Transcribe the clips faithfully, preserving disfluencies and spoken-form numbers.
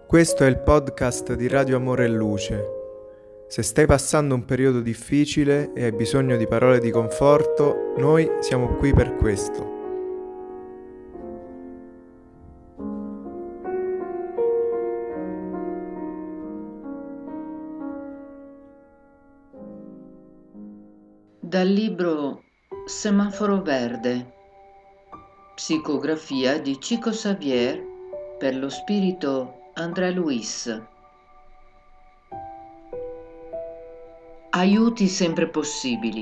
Questo è il podcast di Radio Amore e Luce. Se stai passando un periodo difficile e hai bisogno di parole di conforto, noi siamo qui per questo. Dal libro Semaforo Verde, psicografia di Chico Xavier per lo spirito André Luis. Aiuti sempre possibili.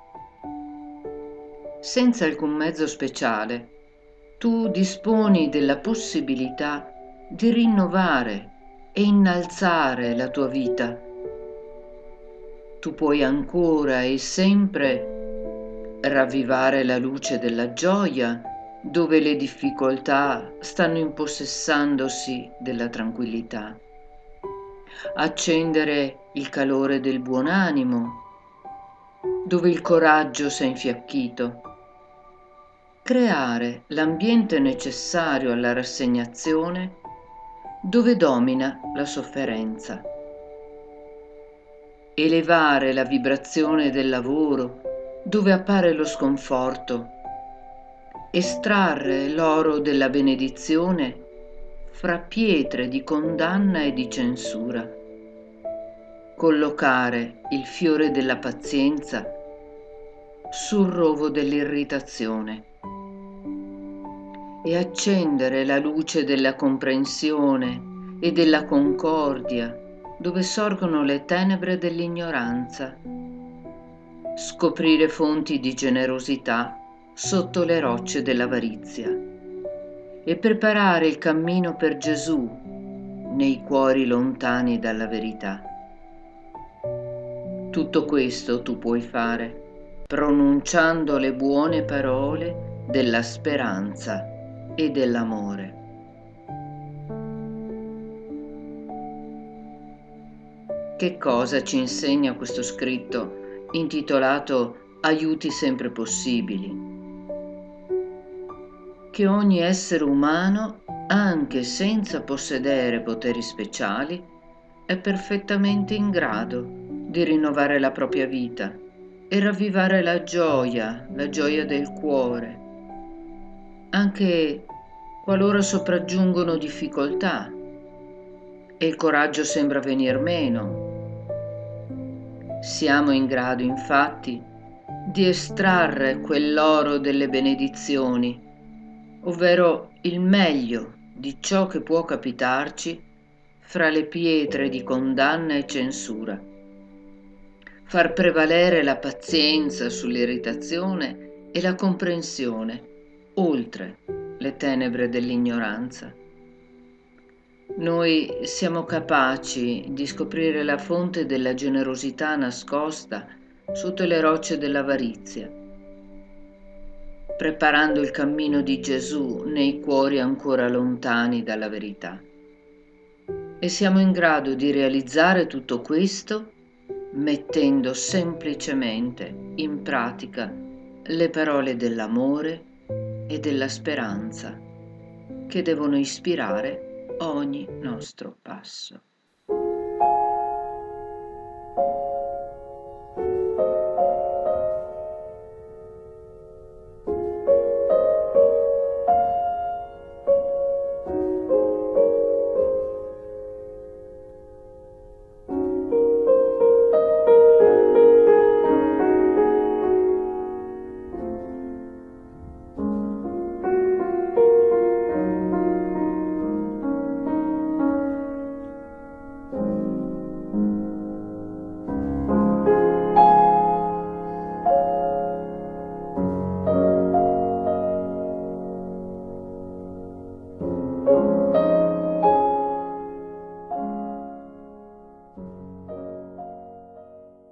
Senza alcun mezzo speciale, tu disponi della possibilità di rinnovare e innalzare la tua vita. Tu puoi ancora e sempre ravvivare la luce della gioia dove le difficoltà stanno impossessandosi della tranquillità, accendere il calore del buon animo dove il coraggio si è infiacchito, creare l'ambiente necessario alla rassegnazione dove domina la sofferenza, elevare la vibrazione del lavoro dove appare lo sconforto, estrarre l'oro della benedizione fra pietre di condanna e di censura, collocare il fiore della pazienza sul rovo dell'irritazione e accendere la luce della comprensione e della concordia dove sorgono le tenebre dell'ignoranza, scoprire fonti di generosità sotto le rocce dell'avarizia e preparare il cammino per Gesù nei cuori lontani dalla verità. Tutto questo tu puoi fare pronunciando le buone parole della speranza e dell'amore. Che cosa ci insegna questo scritto intitolato Aiuti sempre possibili? Che ogni essere umano, anche senza possedere poteri speciali, è perfettamente in grado di rinnovare la propria vita e ravvivare la gioia, la gioia del cuore, anche qualora sopraggiungono difficoltà e il coraggio sembra venir meno. Siamo in grado, infatti, di estrarre quell'oro delle benedizioni, ovvero il meglio di ciò che può capitarci fra le pietre di condanna e censura, far prevalere la pazienza sull'irritazione e la comprensione oltre le tenebre dell'ignoranza. Noi siamo capaci di scoprire la fonte della generosità nascosta sotto le rocce dell'avarizia, preparando il cammino di Gesù nei cuori ancora lontani dalla verità. E siamo in grado di realizzare tutto questo mettendo semplicemente in pratica le parole dell'amore e della speranza che devono ispirare ogni nostro passo.